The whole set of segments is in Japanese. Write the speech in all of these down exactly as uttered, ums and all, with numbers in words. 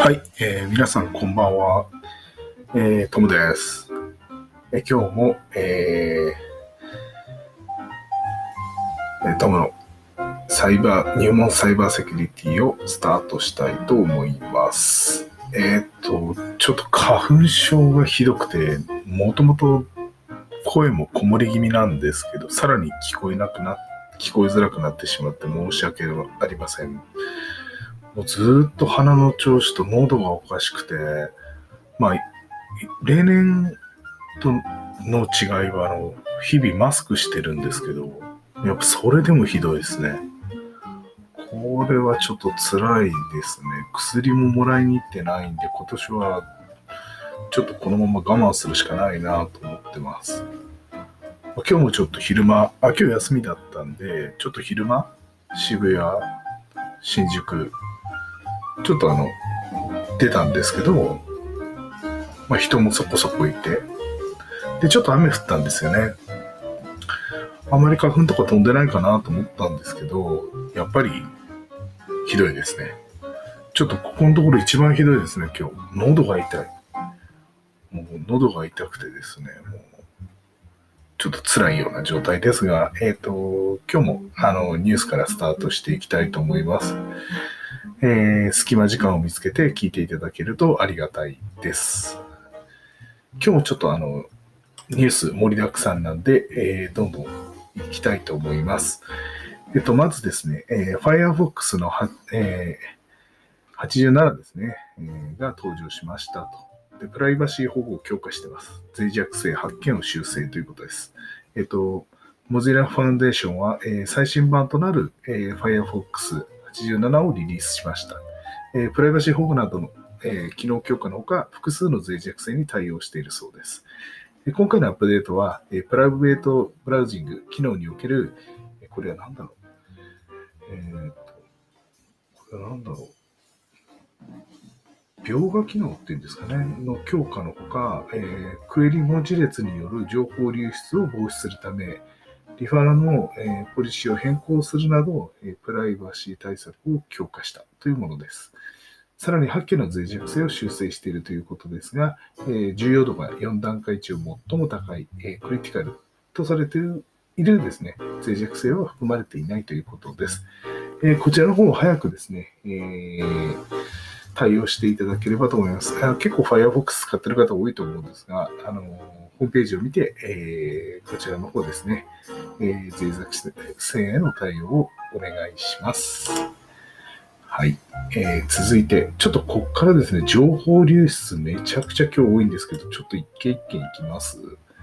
はい、えー、皆さんこんばんは、えー、トムです。えー、今日も、えー、トムのサイバー入門サイバーセキュリティをスタートしたいと思います。えっとちょっと花粉症がひどくて、もともと声もこもり気味なんですけど、さらに聞こえなくな聞こえづらくなってしまって申し訳ありません。もうずっと鼻の調子と喉がおかしくて、まあ例年との違いは、あの日々マスクしてるんですけど、やっぱそれでもひどいですね。これはちょっと辛いですね。薬ももらいに行ってないんで、今年はちょっとこのまま我慢するしかないなと思ってます。今日もちょっと昼間、あ、今日休みだったんで、ちょっと昼間、渋谷、新宿、ちょっとあの、出たんですけど、まあ人もそこそこいて、で、ちょっと雨降ったんですよね。あまり花粉とか飛んでないかなと思ったんですけど、やっぱりひどいですね。ちょっとここのところ一番ひどいですね、今日。喉が痛い。もう喉が痛くてですね、もうちょっと辛いような状態ですが、えっと、今日もあのニュースからスタートしていきたいと思います。えー、隙間時間を見つけて聞いていただけるとありがたいです。今日もちょっとあの、ニュース盛りだくさんなんで、えー、どんどん行きたいと思います。えっと、まずですね、えー、Firefox のは、えー、はちじゅうななですね、えー、が登場しましたと。で、プライバシー保護を強化しています。脆弱性発見を修正ということです。えっと、Mozilla Foundation は、えー、最新版となる、えー、Firefox はちじゅうななをリリースしました。えー、プライバシー保護などの、えー、機能強化のほか、複数の脆弱性に対応しているそうです。で今回のアップデートは、えー、プライベートブラウジング機能における、これは何だろうえー、っと、これは何だろう。描画機能っていうんですかね、の強化のほか、えー、クエリ文字列による情報流出を防止するため、リファラの、えー、ポリシーを変更するなど、えー、プライバシー対策を強化したというものです。さらに、はっけの脆弱性を修正しているということですが、えー、重要度がよん段階中最も高い、えー、クリティカルとされているですね、脆弱性は含まれていないということです。えー、こちらの方を早くですね、えー、対応していただければと思います。あ結構 Firefox 使ってる方多いと思うんですが、あのホームページを見て、えー、こちらの方ですね、えー、脆弱性への対応をお願いします。はい、えー、続いて、ちょっとここからですね、情報流出めちゃくちゃ今日多いんですけど、ちょっと一件一件いきます。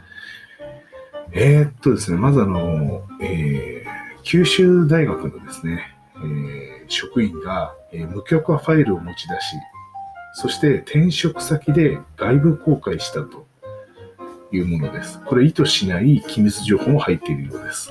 えー、っとですね、まずあの、えー、九州大学のですね、えー、職員が、えー、無許可ファイルを持ち出し、そして転職先で外部公開したというものです。これ意図しない機密情報も入っているようです。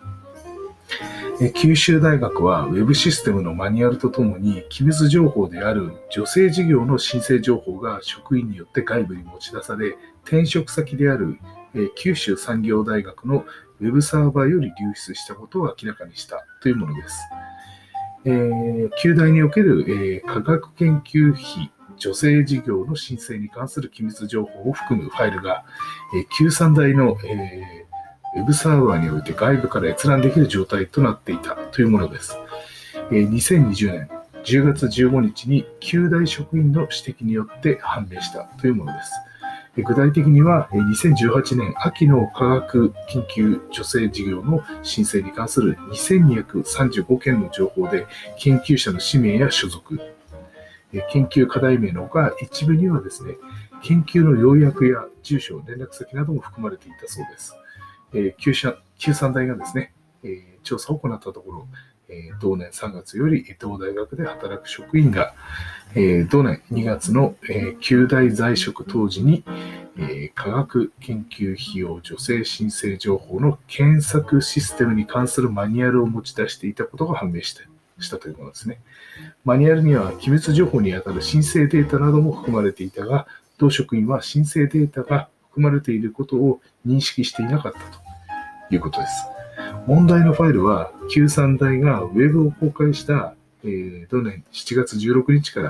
九州大学は Web システムのマニュアルとともに機密情報である女性事業の申請情報が職員によって外部に持ち出され、転職先である九州産業大学の Web サーバーより流出したことを明らかにしたというものです。えー、九大における、えー、科学研究費助成事業の申請に関する機密情報を含むファイルが、えー、九三大の、えー、Web サーバーにおいて外部から閲覧できる状態となっていたというものです。えー、にせんにじゅうねんじゅうがつじゅうごにちに九大職員の指摘によって判明したというものです。具体的にはにせんじゅうはちねん秋の科学研究助成事業の申請に関するにせんにひゃくさんじゅうごけんの情報で研究者の氏名や所属、研究課題名のほか一部にはですね、研究の要約や住所、連絡先なども含まれていたそうです。九三大がですね、調査を行ったところ、同年さんがつより同大学で働く職員が同年にがつの九大在職当時に科学研究費用助成申請情報の検索システムに関するマニュアルを持ち出していたことが判明したしたというものですね。マニュアルには機密情報にあたる申請データなども含まれていたが、同職員は申請データが含まれていることを認識していなかったということです。問題のファイルは九三大がウェブを公開した、えー、同年しちがつじゅうろくにちから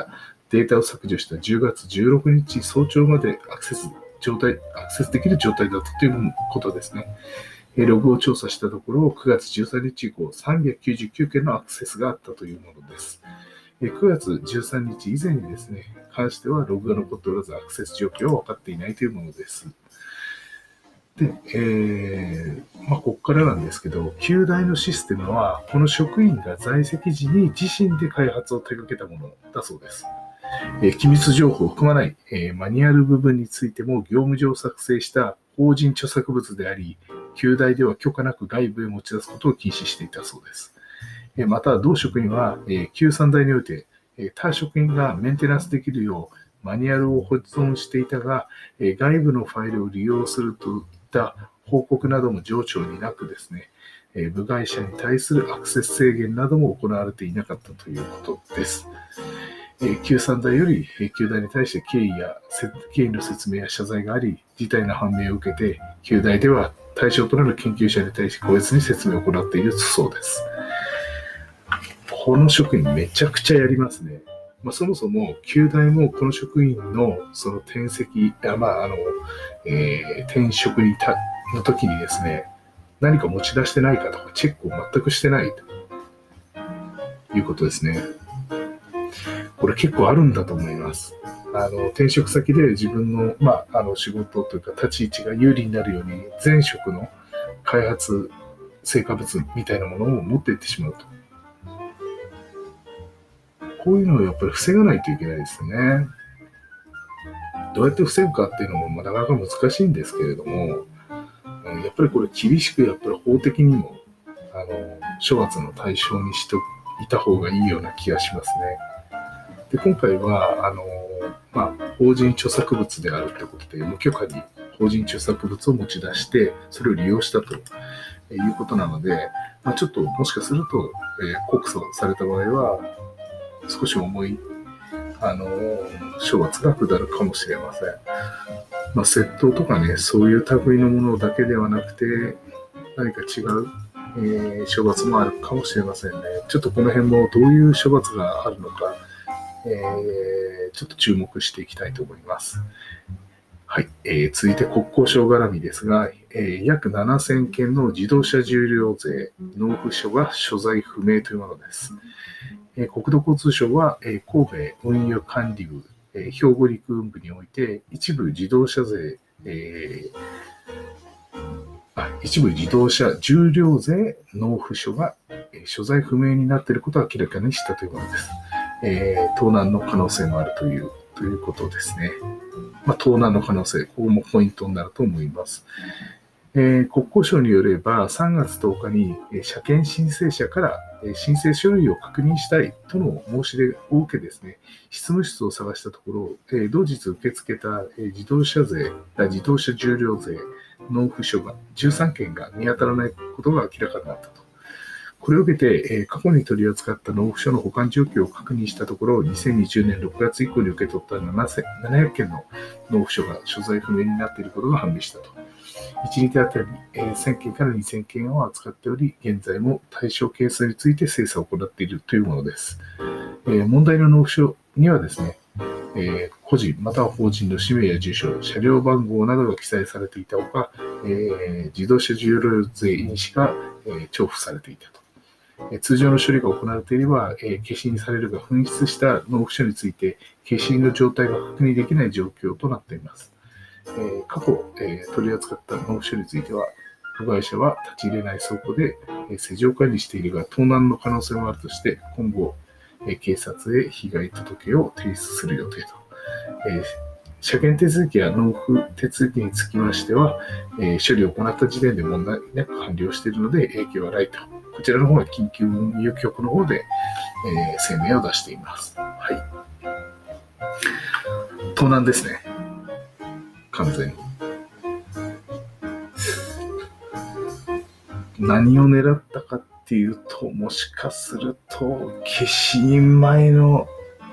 データを削除したじゅうがつじゅうろくにち早朝までアクセス状態、アクセスできる状態だったということですね。ログを調査したところ、くがつじゅうさんにち以降、さんびゃくきゅうじゅうきゅうけんのアクセスがあったというものです。くがつじゅうさんにち以前にですね、関してはログが残っておらず、アクセス状況は分かっていないというものです。で、えー、まあ、ここからなんですけど、旧大のシステムは、この職員が在籍時に自身で開発を手掛けたものだそうです。えー、機密情報を含まない、えー、マニュアル部分についても業務上作成した法人著作物であり、旧大では許可なく外部へ持ち出すことを禁止していたそうです。えー、また、同職員は、えー、旧三大において、えー、他職員がメンテナンスできるようマニュアルを保存していたが、えー、外部のファイルを利用するといった報告なども上長になくですね、えー、部外者に対するアクセス制限なども行われていなかったということです。旧三大より旧大に対して経緯や経緯の説明や謝罪があり、事態の判明を受けて、旧大では対象となる研究者に対して個別に説明を行っているそうです。この職員めちゃくちゃやりますね。まあ、そもそも旧大もこの職員のその転籍、あまああのえー、転職にたの時にですね、何か持ち出してないかとかチェックを全くしてないということですね。これ結構あるんだと思います。あの転職先で自分の、まあ、あの仕事というか立ち位置が有利になるように前職の開発成果物みたいなものを持っていってしまうと。こういうのをやっぱり防がないといけないですね。どうやって防ぐかっていうのもなかなか難しいんですけれども、やっぱりこれ厳しくやっぱり法的にもあの処罰の対象にしていた方がいいような気がしますね。で今回はあの、まあ、法人著作物であるということで無許可に法人著作物を持ち出してそれを利用したということなので、まあ、ちょっともしかすると、えー、告訴された場合は少し重いあの処罰が下るかもしれません。まあ、窃盗とかね、そういう類のものだけではなくて何か違う、えー、処罰もあるかもしれませんね。ちょっとこの辺もどういう処罰があるのかえー、ちょっと注目していきたいと思います。はい、えー、続いて国交省絡みですが、えー、約ななせんけんの自動車重量税納付書が所在不明というものです。えー、国土交通省は、えー、神戸運輸管理部、えー、兵庫陸運部において一部自動車税、えーあ一部自動車重量税納付書が、えー、所在不明になっていることを明らかにしたというものです。えー、盗難の可能性もあるという、ということですね。まあ、盗難の可能性、ここもポイントになると思います。えー、国交省によればさんがつとおかに、えー、車検申請者から、えー、申請書類を確認したいとの申し出を受けですね、執務室を探したところ、えー、同日受け付けた、えー、自動車税、自動車重量税納付書がじゅうさんけんが見当たらないことが明らかになったと。これを受けて、過去に取り扱った納付書の保管状況を確認したところ、にせんにじゅうねんろくがつ以降に受け取ったななひゃくけんの納付書が所在不明になっていることが判明したと。いちにちあたりせんけんからにせんけんを扱っており、現在も対象件数について精査を行っているというものです。えー、問題の納付書にはですね、えー、個人または法人の氏名や住所、車両番号などが記載されていたほか、えー、自動車重量税印紙が、えー、重付されていたと。通常の処理が行われていれば、えー、消印されるが紛失した納付書について消印の状態が確認できない状況となっています。えー、過去、えー、取り扱った納付書については、部外者は立ち入れない倉庫で、えー、施錠管理しているが盗難の可能性もあるとして、今後、えー、警察へ被害届を提出する予定と。えー車検手続きや納付手続きにつきましては、えー、処理を行った時点で問題なく完了しているので影響はないと。こちらの方は緊急運輸局の方で、えー、声明を出しています。はい。盗難ですね。完全に。何を狙ったかっていうと、もしかすると消印前の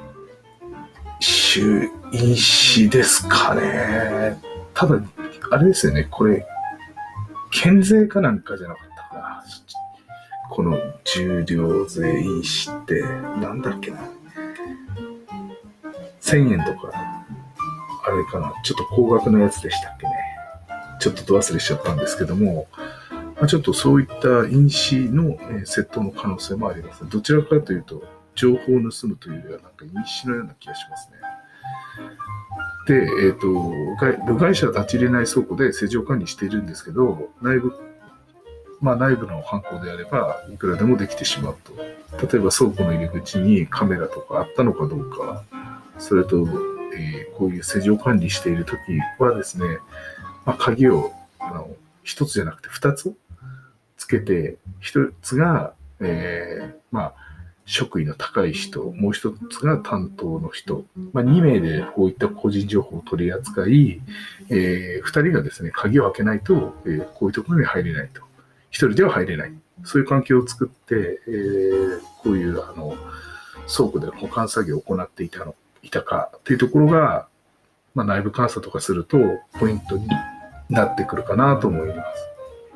収印紙ですかね。ただ、あれですよね、これ、県税かなんかじゃなかったかな。この重量税印紙って、なんだっけな。 せんえんとか、あれかな、ちょっと高額なやつでしたっけね。ちょっとど忘れしちゃったんですけども、まあ、ちょっとそういった飲酒の、えー、窃盗の可能性もあります。どちらかというと、情報を盗むというよりは、なんか飲酒のような気がしますね。で、えっと、部外者は立ち入れない倉庫で施錠管理しているんですけど、内部、まあ内部の犯行であれば、いくらでもできてしまうと。例えば倉庫の入り口にカメラとかあったのかどうか、それと、えー、こういう施錠管理しているときはですね、まあ、鍵をあの一つじゃなくて二つつけて、一つが、えー、まあ、職位の高い人、もう一つが担当の人、まあ、に名でこういった個人情報を取り扱い、えー、ふたりがですね、鍵を開けないと、えー、こういうところに入れないと。ひとりでは入れない。そういう環境を作って、えー、こういうあの倉庫での保管作業を行っていたのいたかというところが、まあ、内部監査とかするとポイントになってくるかなと思います。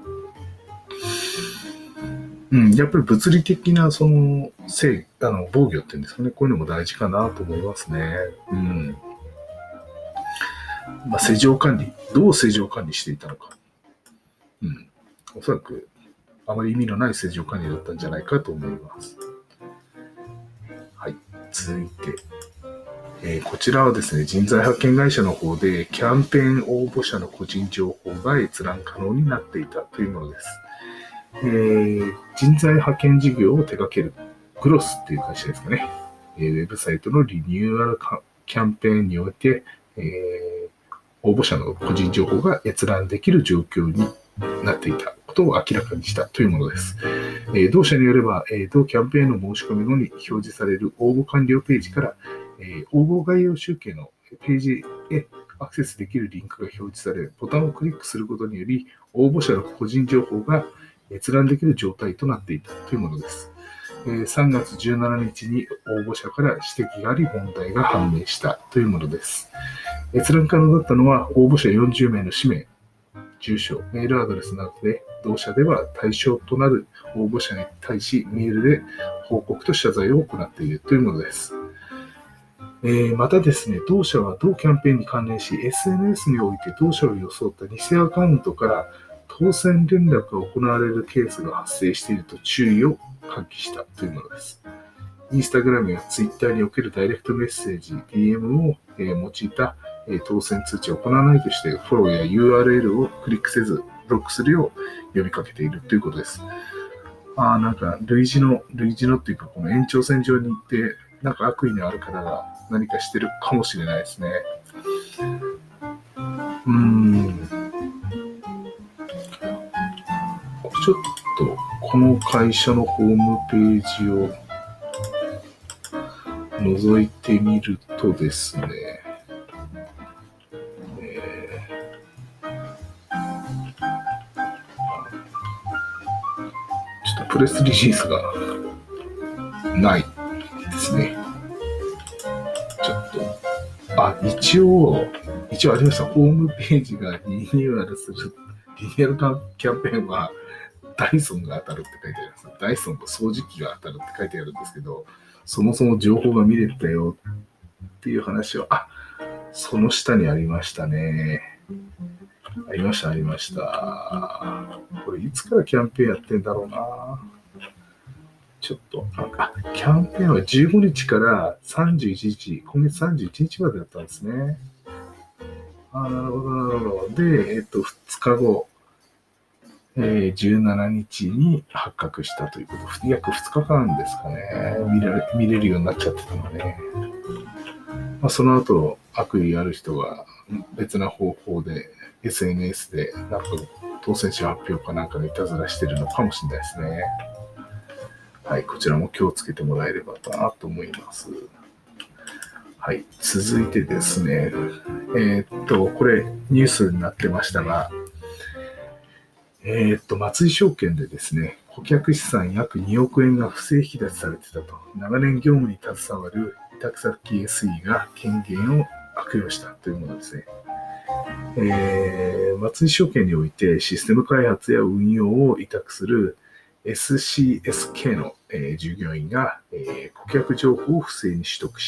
うん、やっぱり物理的なその制あの防御っていうんですかね、こういうのも大事かなと思いますね。うん。まあ、施錠管理、どう施錠管理していたのか。うん。おそらくあまり意味のない施錠管理だったんじゃないかと思います。はい。続いて、えー、こちらはですね、人材派遣会社の方でキャンペーン応募者の個人情報が閲覧可能になっていたというものです。えー、人材派遣事業を手掛けるグロスっていう会社ですかね。えー、ウェブサイトのリニューアルキャンペーンにおいて、えー、応募者の個人情報が閲覧できる状況になっていたことを明らかにしたというものです。えー、同社によれば、えー、同キャンペーンの申し込み後に表示される応募完了ページから、えー、応募概要集計のページへアクセスできるリンクが表示され、ボタンをクリックすることにより、応募者の個人情報が閲覧できる状態となっていたというものです。さんがつじゅうしちにちに応募者から指摘があり問題が判明したというものです。閲覧可能だったのは応募者よんじゅうめいの氏名、住所、メールアドレスなどで、同社では対象となる応募者に対しメールで報告と謝罪を行っているというものです。えー、またですね、同社は同キャンペーンに関連し、エスエヌエス において同社を装った偽アカウントから当選連絡が行われるケースが発生していると注意を喚起したというものです。インスタグラムやツイッターにおけるダイレクトメッセージ、ディーエム を、えー、用いた、えー、当選通知を行わないとして、フォローや ユーアールエル をクリックせず、ブロックするよう呼びかけているということです。ああ、なんか類似の、類似のっていうか、この延長線上に行って、なんか悪意のある方が何かしてるかもしれないですね。うーん。ちょっとこの会社のホームページを覗いてみるとですね、えー、ちょっとプレスリリースがないですね。ちょっと、あ、一応、一応ありました。ホームページがリニューアルする、リニューアルキャンペーンは、ダイソンが当たるって書いてあります。ダイソンと掃除機が当たるって書いてあるんですけど、そもそも情報が見れたよっていう話は、あ、その下にありましたね。ありました、ありました。これいつからキャンペーンやってんだろうな。ちょっと、あ、キャンペーンはじゅうごにちからさんじゅういちにち、今月さんじゅういちにちまでだったんですね。あ、なるほど、なるほど。で、えっと、ふつかご、えー、じゅうしちにちに発覚したということ。約ふつかかんですかね。見れる、見れるようになっちゃってたのね。まあ、その後、悪意ある人が別な方法で エスエヌエス でなんか当選者発表かなんかのいたずらしてるのかもしれないですね。はい、こちらも気をつけてもらえればなと思います。はい、続いてですね、えー、っと、これニュースになってましたが、えー、っと、松井証券でですね、顧客資産約におくえんが不正引き出しされてたと、長年業務に携わる委託先 エスイー が権限を悪用したというものですね。えー、松井証券においてシステム開発や運用を委託する エスシーエスケー の、えー、従業員が、えー、顧客情報を不正に取得し、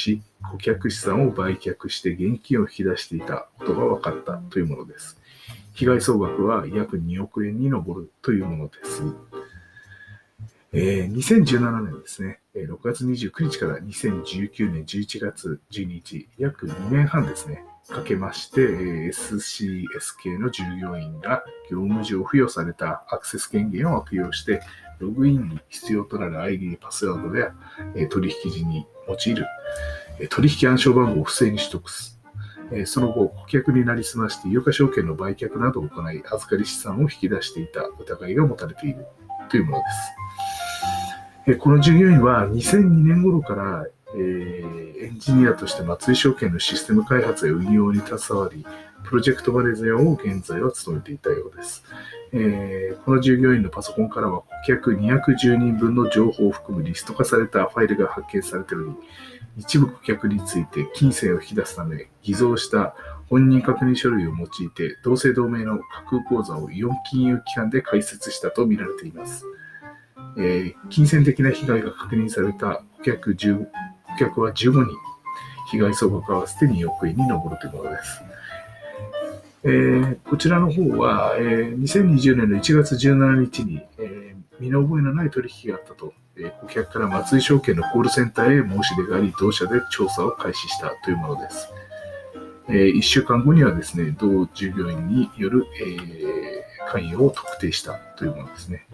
顧客資産を売却して現金を引き出していたことが分かったというものです。被害総額は約におくえんに上るというものです。えー、にせんじゅうななねんですね、ろくがつにじゅうくにちからにせんじゅうきゅうねんじゅういちがつじゅうににち、約にねんはんですね、かけまして、エスシーエス 系の従業員が業務上付与されたアクセス権限を悪用して、ログインに必要となる アイディー、パスワードや取引時に用いる取引暗証番号を不正に取得す。その後、顧客になりすまして有価証券の売却などを行い、預かり資産を引き出していた疑いが持たれているというものです。この従業員はにせんにねん頃から、えー、エンジニアとして松井証券のシステム開発や運用に携わり、プロジェクトマネージャーを現在は務めていたようです。えー、この従業員のパソコンからは顧客にひゃくじゅうにんぶんの情報を含むリスト化されたファイルが発見されており、一部顧客について金銭を引き出すため偽造した本人確認書類を用いて同姓同名の架空口座をよん金融機関で開設したとみられています。えー、金銭的な被害が確認された顧客じゅう顧客はじゅうごにん、被害総額合わせてにおくえんに上るというものです。えー、こちらの方は、えー、にせんにじゅうねんのいちがつじゅうしちにちに、えー、身の覚えのない取引があったと、えー、顧客から松井証券のコールセンターへ申し出があり、同社で調査を開始したというものです。えー、いっしゅうかんごにはですね、同従業員による、えー、関与を特定したというものですね。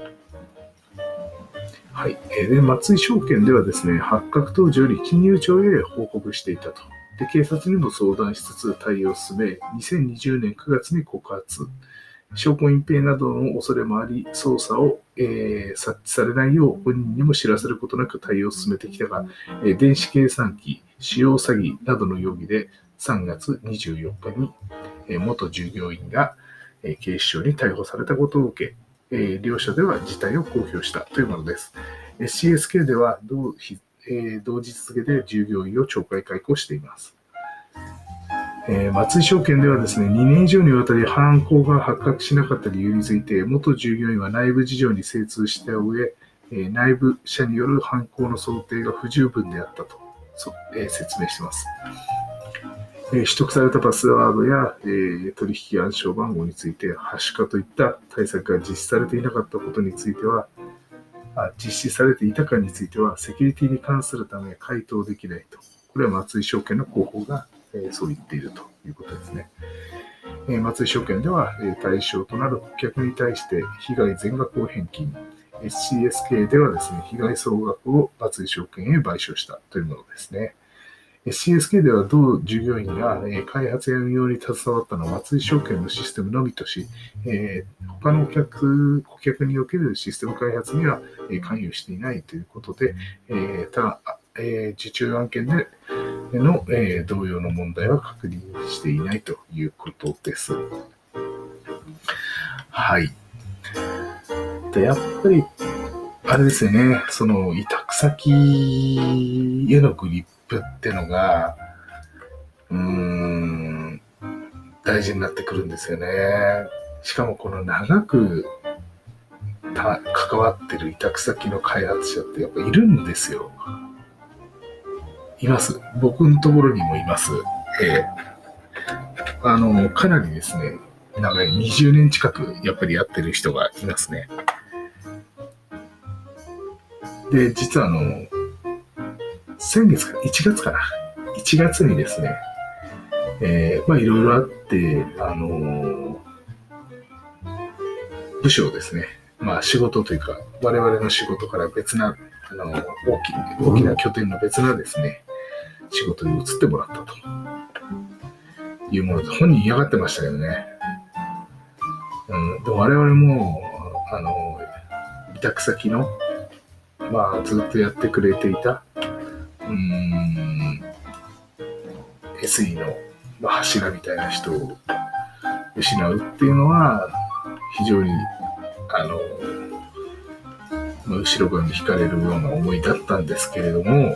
はい。で、松井証券ではですね、発覚当時より金融庁へ報告していたと。で、警察にも相談しつつ対応を進め、にせんにじゅうねんくがつに告発。証拠隠蔽などの恐れもあり、捜査を、えー、察知されないよう本人にも知らせることなく対応を進めてきたが、えー、電子計算機使用詐欺などの容疑でさんがつにじゅうよっかに、えー、元従業員が、えー、警視庁に逮捕されたことを受け、えー、両社では事態を公表したというものです。エスシーエスケー では同日、えー、同日付で従業員を懲戒解雇しています。えー、松井証券ではですね、にねん以上にわたり犯行が発覚しなかった理由について、元従業員は内部事情に精通した上、えー、内部者による犯行の想定が不十分であったと、えー、説明しています。えー、取得されたパスワードや、えー、取引暗証番号について、ハッシュ化といった対策が実施されていなかったことについては、あ実施されていたかについては、セキュリティに関するため回答できないと。これは松井証券の広報がえー、そう言っているということですね。えー、松井証券では、えー、対象となる顧客に対して被害全額を返金。エスシーエスケー ではですね、被害総額を松井証券へ賠償したというものですね。エスシーエスケー では同従業員が、えー、開発や運用に携わったのは松井証券のシステムのみとし、えー、他の顧客、顧客におけるシステム開発には、えー、関与していないということで、えー、ただ、えー、受注案件での、えー、同様の問題は確認していないということです。はい。で、やっぱり、あれですよね、その委託先へのグリップってのが、うーん、大事になってくるんですよね。しかもこの長くた関わってる委託先の開発者ってやっぱいるんですよ。います。僕のところにもいます。えー、あの、かなりですね、長いにじゅうねん近くやっぱりやってる人がいますね。で、実はあの、先月か、いちがつかな。いちがつにですね、えー、まあいろいろあって、あの、部署をですね、まあ仕事というか、我々の仕事から別な、あの、大き、大きな拠点の別なですね、仕事に移ってもらったというもので、本人嫌がってましたけどね。うん、でも我々も、あの、委託先の、まあずっとやってくれていた、うーん、エスイー の、まあ、柱みたいな人を失うっていうのは、非常に、あの、まあ、後ろ側に惹かれるような思いだったんですけれども、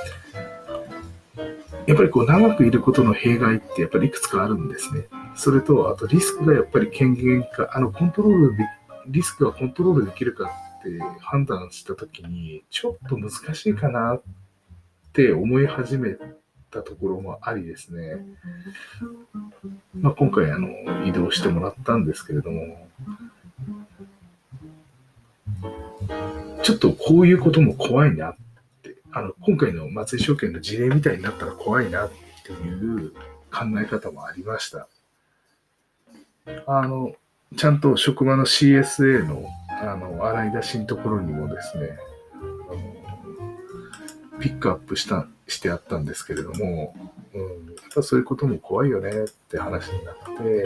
やっぱりこう長くいることの弊害ってやっぱりいくつかあるんですね。それと、あとリスクがやっぱり軽減か、あのコントロールで、リスクがコントロールできるかって判断したときに、ちょっと難しいかなって思い始めたところもありですね、まあ、今回あの移動してもらったんですけれども、ちょっとこういうことも怖いなって、あの今回の松井証券の事例みたいになったら怖いなっていう考え方もありました。あのちゃんと職場の シーエスエー の, あの洗い出しのところにもですね、あのピックアップしたしてあったんですけれども、うん、やっぱそういうことも怖いよねって話になって、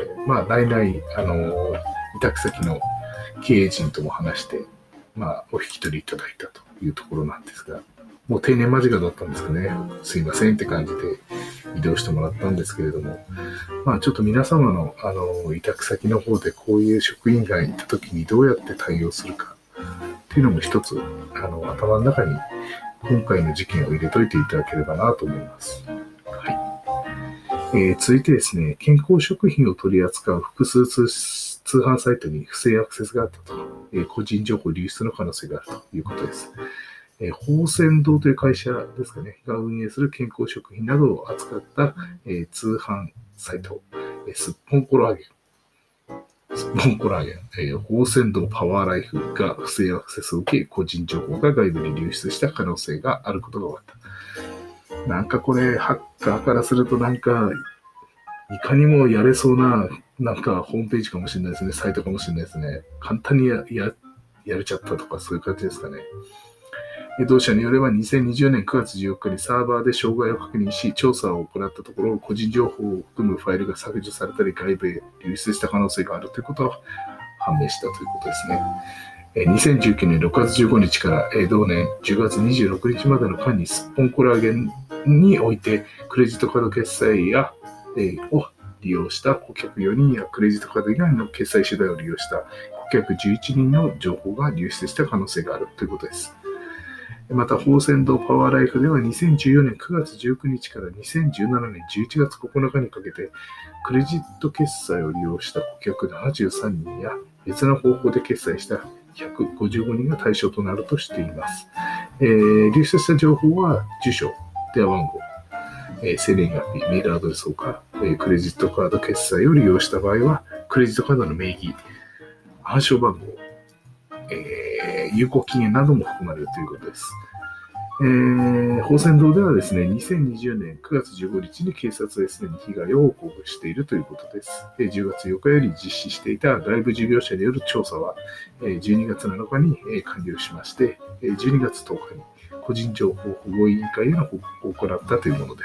まあ内々あの委託先の経営陣とも話して、まあお引き取りいただいたというところなんですが、もう定年間近だったんですかね、すいませんって感じで移動してもらったんですけれども、まあちょっと皆様のあの委託先の方でこういう職員がいたときにどうやって対応するかっていうのも一つあの頭の中に今回の事件を入れといていただければなと思います。はい。えー、続いてですね、健康食品を取り扱う複数通通販サイトに不正アクセスがあったと、えー、個人情報流出の可能性があるということです。えー、宝泉堂という会社ですかね、が運営する健康食品などを扱った、えー、通販サイト、えー、すっぽんコラーゲン、スッポンコラーゲン、えー、宝泉堂パワーライフが不正アクセスを受け、個人情報が外部に流出した可能性があることが分かった。なんかこれ、ハッカーからするとなんか、いかにもやれそうな、なんかホームページかもしれないですね、サイトかもしれないですね。簡単に や, や, やれちゃったとかそういう感じですかね。同社によればにせんにじゅうねんくがつじゅうよっかにサーバーで障害を確認し、調査を行ったところ、個人情報を含むファイルが削除されたり、外部へ流出した可能性があるということが判明したということですね。にせんじゅうきゅうねんろくがつじゅうごにちから同年じゅうがつにじゅうろくにちまでの間にスッポンコラーゲンにおいて、クレジットカード決済や、えー、を利用した顧客よにんやクレジットカード以外の決済手段を利用した顧客じゅういちにんの情報が流出した可能性があるということです。また、宝泉堂パワーライフではにせんじゅうよねんくがつじゅうくにちからにせんじゅうななねんじゅういちがつここのかにかけて、クレジット決済を利用した顧客ななじゅうさんにんや、別の方法で決済したひゃくごじゅうごにんが対象となるとしています。えー、流出した情報は、住所、電話番号、えー、生年月日、メールアドレスほか、えー、クレジットカード決済を利用した場合は、クレジットカードの名義、暗証番号、えー、有効期限なども含まれるということです。えー、宝泉堂ではですね、にせんにじゅうねんくがつじゅうごにちに警察へすでに被害を報告しているということです。じゅうがつよっかより実施していた外部事業者による調査は、じゅうにがつなのかに完了しまして、じゅうにがつとおかに個人情報保護委員会への報告を行ったというものです。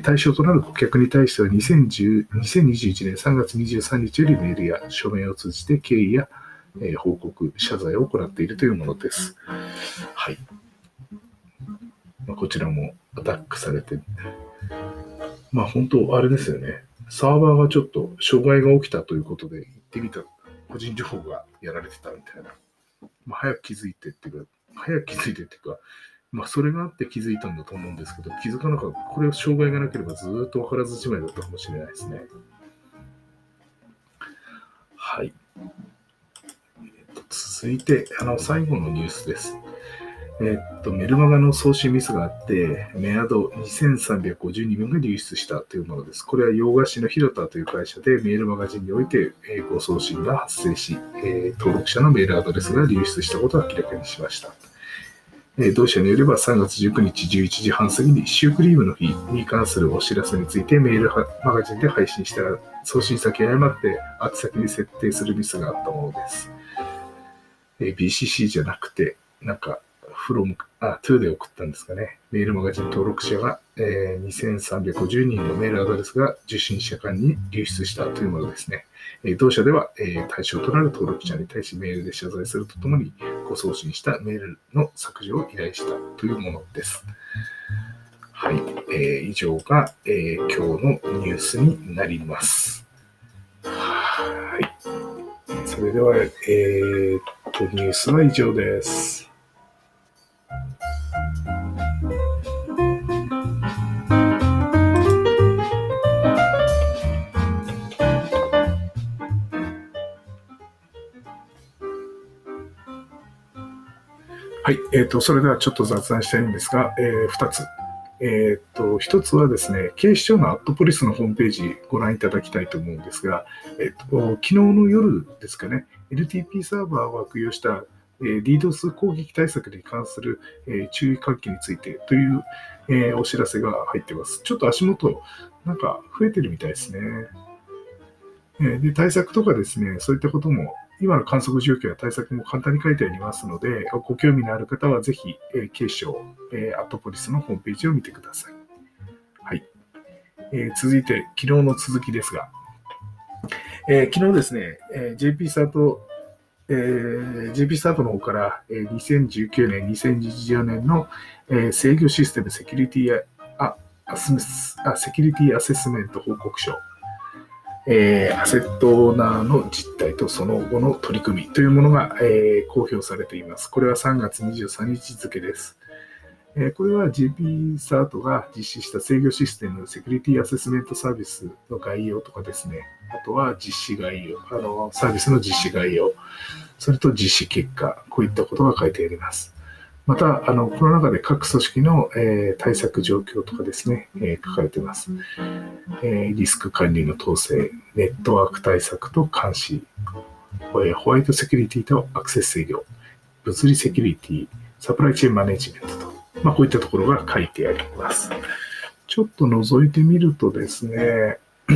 対象となる顧客に対してはにせんにじゅういちねんさんがつにじゅうさんにちよりメールや書面を通じて経緯や報告、謝罪を行っているというものです。はい。こちらもアタックされて、まあ本当あれですよね。サーバーがちょっと障害が起きたということで行ってみた個人情報がやられてたみたいな。まあ早く気づいてっていうか、早く気づいてっていうか、まあそれがあって気づいたんだと思うんですけど、気づかなかった。これは障害がなければずっと分からずじまいだったかもしれないですね。はい。えっと、続いて、あの最後のニュースです。えっと、メルマガの送信ミスがあって、メアドにせんさんびゃくごじゅうにぶんが流出したというものです。これは洋菓子のヒロタという会社でメールマガジンにおいてご送信が発生し、えー、登録者のメールアドレスが流出したことを明らかにしました。えー、同社によればさんがつじゅうくにちじゅういちじはん過ぎにシュークリームの日に関するお知らせについてメールマガジンで配信したら送信先を誤って宛先に設定するミスがあったものです。えー、ビーシーシー じゃなくて、なんか、from、あ、to で送ったんですかね。メールマガジン登録者が、えー、にせんさんびゃくごじゅうにんのメールアドレスが受信者間に流出したというものですね。えー、同社では、えー、対象となる登録者に対しメールで謝罪するとともに、ご送信したメールの削除を依頼したというものです。はい。えー、以上が、えー、今日のニュースになります。はい。それでは、えー、っと、ニュースは以上です。はい、えーと、それではちょっと雑談したいんですが、えー、ふたつえーっと、一つはですね、警視庁のアットポリスのホームページご覧いただきたいと思うんですが、えっと、昨日の夜ですかね、エルティーピー サーバーを悪用した、えー、ディードース 攻撃対策に関する、えー、注意喚起についてという、えー、お知らせが入っています。ちょっと足元、なんか増えてるみたいですね。えー、で、対策とかですね、そういったことも、今の観測状況や対策も簡単に書いてありますので、ご興味のある方はぜひ、えー、警視庁、えー、アットポリスのホームページを見てください。はい。えー、続いて、昨日の続きですが、えー、昨日ですね、えー、ジェーピー サート、えー、ジェーピー サートの方から、えー、にせんじゅうきゅうねん、にせんにじゅうよねんの、えー、制御システムセキュリティアアスあセキュリティアセスメント報告書、えー、アセットオーナーの実態とその後の取り組みというものが、えー、公表されています。これはさんがつにじゅうさんにち付です。これは ジェーピー サートが実施した制御システムセキュリティアセスメントサービスの概要とかですね、あとは実施概要、あのサービスの実施概要、それと実施結果、こういったことが書いてあります。また、あのこの中で各組織の、えー、対策状況とかですね、えー、書かれています、えー。リスク管理の統制、ネットワーク対策と監視、ホワイトセキュリティとアクセス制御、物理セキュリティ、サプライチェーンマネジメントと、まあ、こういったところが書いてあります。ちょっと覗いてみるとですね、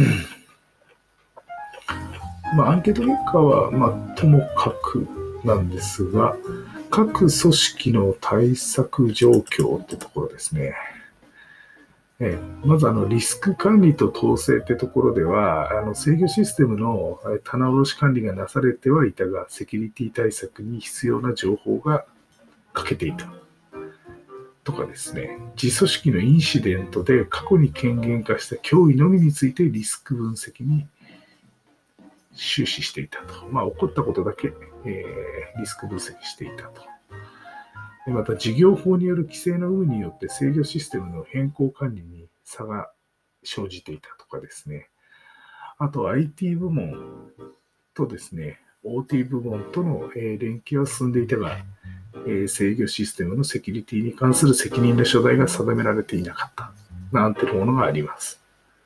まあ、アンケート結果は、まあ、ともかくなんですが、各組織の対策状況ってところですね。えまずあのリスク管理と統制ってところでは、あの制御システムの棚卸し管理がなされてはいたが、セキュリティ対策に必要な情報が欠けていた。とかですね、自組織のインシデントで過去に権限化した脅威のみについてリスク分析に終始していたと。まあ、起こったことだけ、えー、リスク分析していたと。また、事業法による規制の有無によって制御システムの変更管理に差が生じていたとかですね。あと、アイティー 部門とですね、オーティー 部門との連携は進んでいたが、制御システムのセキュリティに関する責任の所在が定められていなかったなんてものがあります。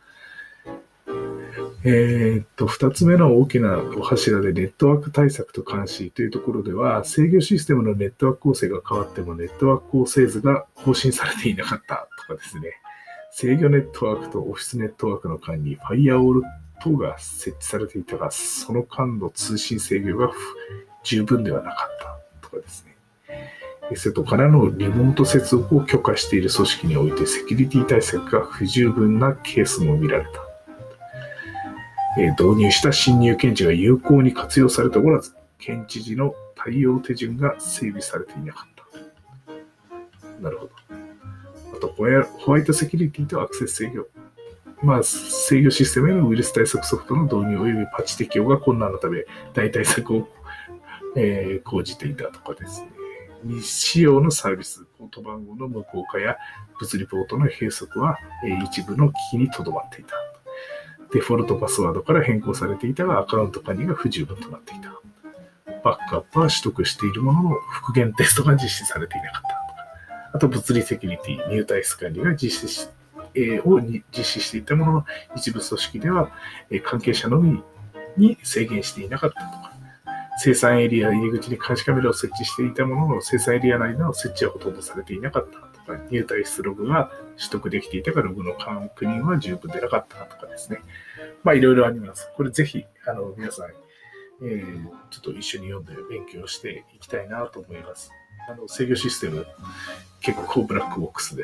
えー、っとふたつめの大きなお柱でネットワーク対策と監視というところでは、制御システムのネットワーク構成が変わってもネットワーク構成図が更新されていなかったとかですね、制御ネットワークとオフィスネットワークの間にファイアウォール等が設置されていたが、その間の通信制御が十分ではなかったとかですね。外からのリモート接続を許可している組織においてセキュリティ対策が不十分なケースも見られた。えー、導入した侵入検知が有効に活用されておらず、検知時の対応手順が整備されていなかった。なるほど。あと、ホワイトセキュリティとアクセス制御。まあ、制御システムへのウイルス対策ソフトの導入及びパッチ適用が困難のため、代替策を、えー、講じていたとかですね。未使用のサービス、ポート番号の無効化や物理ポートの閉塞は、えー、一部の機器にとどまっていた。デフォルトパスワードから変更されていたが、アカウント管理が不十分となっていた。バックアップは取得しているものの、復元テストが実施されていなかった。あと、物理セキュリティ、入退出管理が実施し、えー、を実施していたものの、一部組織では、えー、関係者のみに制限していなかったとか、生産エリア入り口に監視カメラを設置していたものの、生産エリア内の設置はほとんどされていなかったとか、入退出ログが取得できていたが、ログの確認は十分でなかったとかですね。まあ、いろいろあります。これぜひ、あの、皆さん、えー、ちょっと一緒に読んで勉強していきたいなと思います。あの、制御システム、結構ブラックボックスです。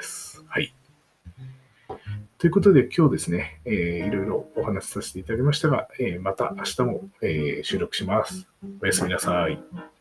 はい。ということで今日ですね、えー、いろいろお話しさせていただきましたが、えー、また明日も、えー、収録します。おやすみなさい。